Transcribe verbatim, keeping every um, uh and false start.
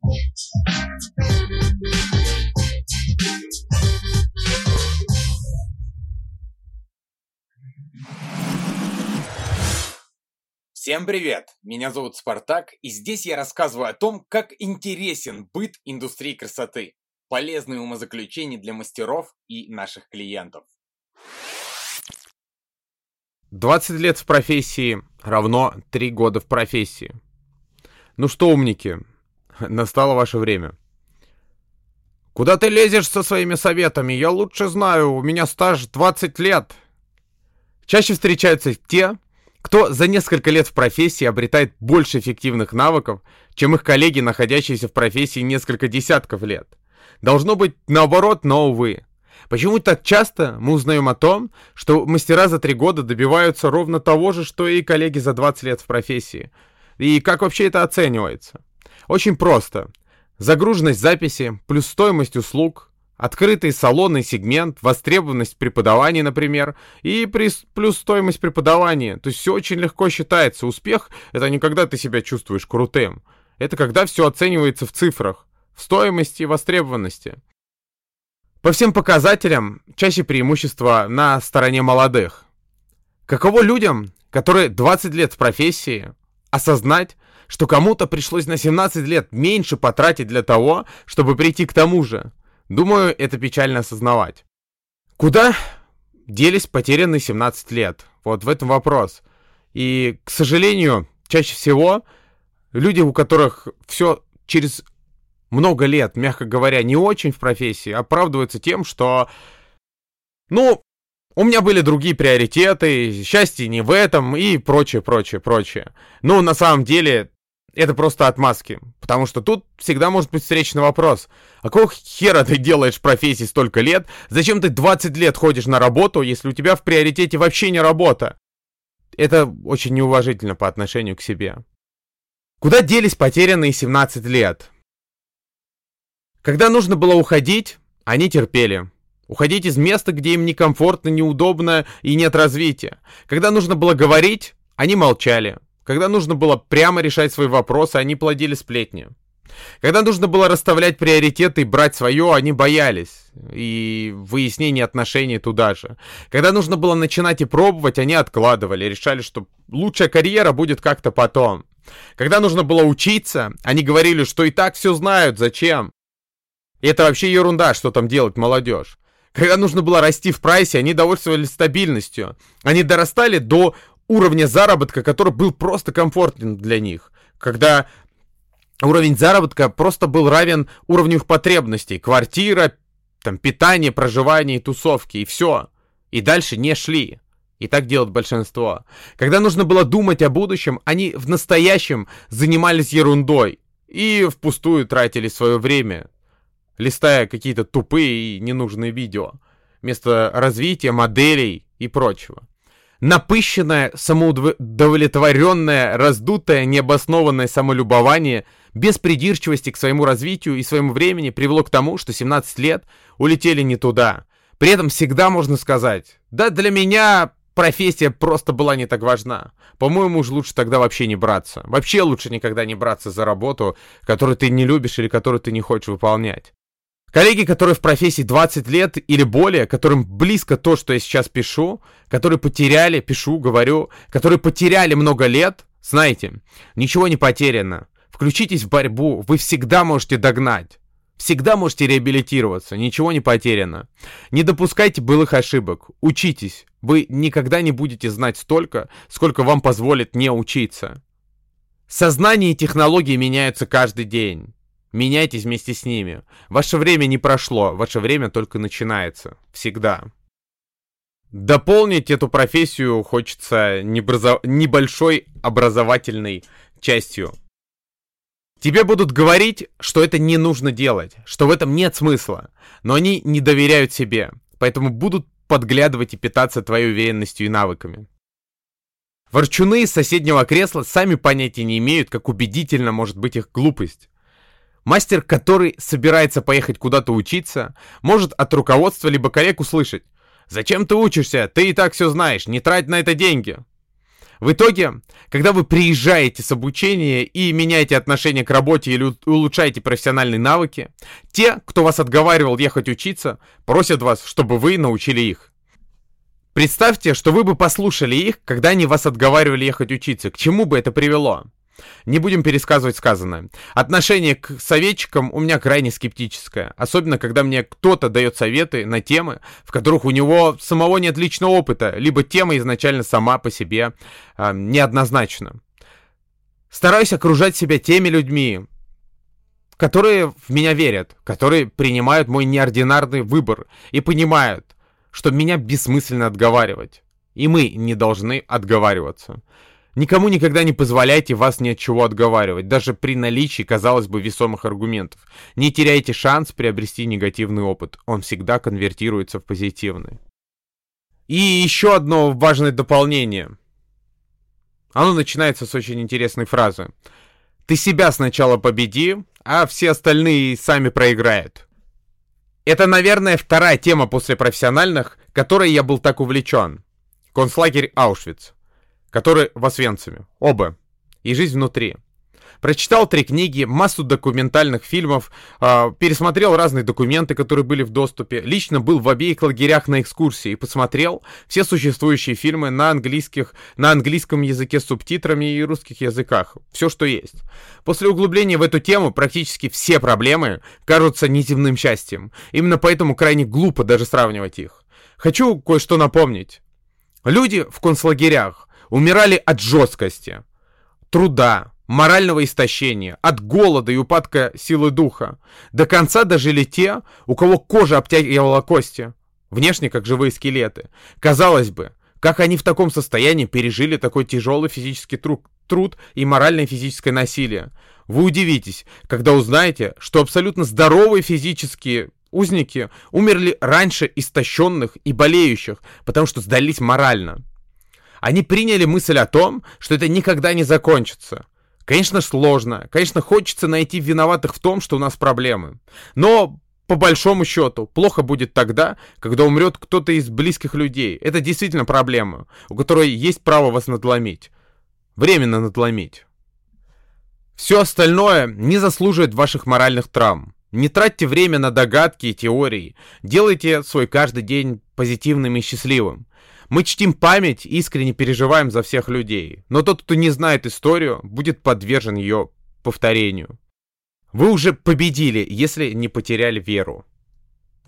Всем привет! Меня зовут Спартак, и здесь я рассказываю о том, как интересен быт индустрии красоты, полезные умозаключения для мастеров и наших клиентов. двадцать лет в профессии равно три года в профессии. Ну что, умники, настало ваше время. Куда ты лезешь со своими советами? Я лучше знаю, у меня стаж двадцать лет. Чаще встречаются те, кто за несколько лет в профессии обретает больше эффективных навыков, чем их коллеги, находящиеся в профессии несколько десятков лет. Должно быть наоборот, но увы. Почему так часто мы узнаем о том, что мастера за три года добиваются ровно того же, что и коллеги за двадцать лет в профессии? И как вообще это оценивается? Очень просто. Загруженность записи плюс стоимость услуг, открытый салонный сегмент, востребованность преподавания, например, и плюс стоимость преподавания. То есть все очень легко считается. Успех — это не когда ты себя чувствуешь крутым. Это когда все оценивается в цифрах, в стоимости и востребованности. По всем показателям чаще преимущество на стороне молодых. Каково людям, которые двадцать лет в профессии, осознать, что кому-то пришлось на семнадцать лет меньше потратить для того, чтобы прийти к тому же? Думаю, это печально осознавать. Куда делись потерянные семнадцать лет? Вот в этом вопрос. И, к сожалению, чаще всего люди, у которых все через много лет, мягко говоря, не очень в профессии, оправдываются тем, что, ну, у меня были другие приоритеты, счастье не в этом и прочее, прочее, прочее. Но на самом деле это просто отмазки, потому что тут всегда может быть встречный вопрос. А какого хера ты делаешь в профессии столько лет? Зачем ты двадцать лет ходишь на работу, если у тебя в приоритете вообще не работа? Это очень неуважительно по отношению к себе. Куда делись потерянные семнадцать лет? Когда нужно было уходить, они терпели. Уходить из места, где им некомфортно, неудобно и нет развития. Когда нужно было говорить, они молчали. Когда нужно было прямо решать свои вопросы, они плодили сплетни. Когда нужно было расставлять приоритеты и брать свое, они боялись. И выяснение отношений туда же. Когда нужно было начинать и пробовать, они откладывали, решали, что лучшая карьера будет как-то потом. Когда нужно было учиться, они говорили, что и так все знают, зачем. И это вообще ерунда, что там делать молодежь. Когда нужно было расти в прайсе, они довольствовались стабильностью. Они дорастали до уровня заработка, который был просто комфортен для них. Когда уровень заработка просто был равен уровню их потребностей. Квартира, там, питание, проживание, тусовки, и все. И дальше не шли. И так делает большинство. Когда нужно было думать о будущем, они в настоящем занимались ерундой. И впустую тратили свое время, листая какие-то тупые и ненужные видео. Вместо развития моделей и прочего. Напыщенное, самоудовлетворенное, раздутое, необоснованное самолюбование без придирчивости к своему развитию и своему времени привело к тому, что семнадцать лет улетели не туда. При этом всегда можно сказать: да для меня профессия просто была не так важна. По-моему, уж лучше тогда вообще не браться. Вообще лучше никогда не браться за работу, которую ты не любишь или которую ты не хочешь выполнять. Коллеги, которые в профессии двадцать лет или более, которым близко то, что я сейчас пишу, которые потеряли, пишу, говорю, которые потеряли много лет, знаете, ничего не потеряно. Включитесь в борьбу, вы всегда можете догнать. Всегда можете реабилитироваться, ничего не потеряно. Не допускайте былых ошибок, учитесь. Вы никогда не будете знать столько, сколько вам позволит не учиться. Сознание и технологии меняются каждый день. Меняйтесь вместе с ними. Ваше время не прошло, ваше время только начинается. Всегда. Дополнить эту профессию хочется небразо... небольшой образовательной частью. Тебе будут говорить, что это не нужно делать, что в этом нет смысла, но они не доверяют себе, поэтому будут подглядывать и питаться твоей уверенностью и навыками. Ворчуны из соседнего кресла сами понятия не имеют, как убедительно может быть их глупость. Мастер, который собирается поехать куда-то учиться, может от руководства либо коллег услышать: «Зачем ты учишься? Ты и так все знаешь, не трать на это деньги». В итоге, когда вы приезжаете с обучения и меняете отношение к работе или улучшаете профессиональные навыки, те, кто вас отговаривал ехать учиться, просят вас, чтобы вы научили их. Представьте, что вы бы послушали их, когда они вас отговаривали ехать учиться. К чему бы это привело? Не будем пересказывать сказанное. Отношение к советчикам у меня крайне скептическое. Особенно, когда мне кто-то дает советы на темы, в которых у него самого нет личного опыта, либо тема изначально сама по себе э, неоднозначна. Стараюсь окружать себя теми людьми, которые в меня верят, которые принимают мой неординарный выбор и понимают, что меня бессмысленно отговаривать. И мы не должны отговариваться. Никому никогда не позволяйте вас ни от чего отговаривать, даже при наличии, казалось бы, весомых аргументов. Не теряйте шанс приобрести негативный опыт. Он всегда конвертируется в позитивный. И еще одно важное дополнение. Оно начинается с очень интересной фразы. Ты себя сначала победи, а все остальные сами проиграют. Это, наверное, вторая тема после профессиональных, которой я был так увлечен. Концлагерь Аушвиц, который в Освенциме. Оба. И жизнь внутри. Прочитал три книги, массу документальных фильмов, э, пересмотрел разные документы, которые были в доступе. Лично был в обеих лагерях на экскурсии и посмотрел все существующие фильмы на английских, на английском языке с субтитрами и русских языках. Все, что есть. После углубления в эту тему практически все проблемы кажутся неземным счастьем. Именно поэтому крайне глупо даже сравнивать их. Хочу кое-что напомнить. Люди в концлагерях умирали от жесткости, труда, морального истощения, от голода и упадка силы духа. До конца дожили те, у кого кожа обтягивала кости, внешне как живые скелеты. Казалось бы, как они в таком состоянии пережили такой тяжелый физический труд, труд и моральное и физическое насилие? Вы удивитесь, когда узнаете, что абсолютно здоровые физические узники умерли раньше истощенных и болеющих, потому что сдались морально. Они приняли мысль о том, что это никогда не закончится. Конечно, сложно. Конечно, хочется найти виноватых в том, что у нас проблемы. Но, по большому счету, плохо будет тогда, когда умрет кто-то из близких людей. Это действительно проблема, у которой есть право вас надломить. Временно надломить. Все остальное не заслуживает ваших моральных травм. Не тратьте время на догадки и теории. Делайте свой каждый день позитивным и счастливым. Мы чтим память и искренне переживаем за всех людей. Но тот, кто не знает историю, будет подвержен ее повторению. Вы уже победили, если не потеряли веру.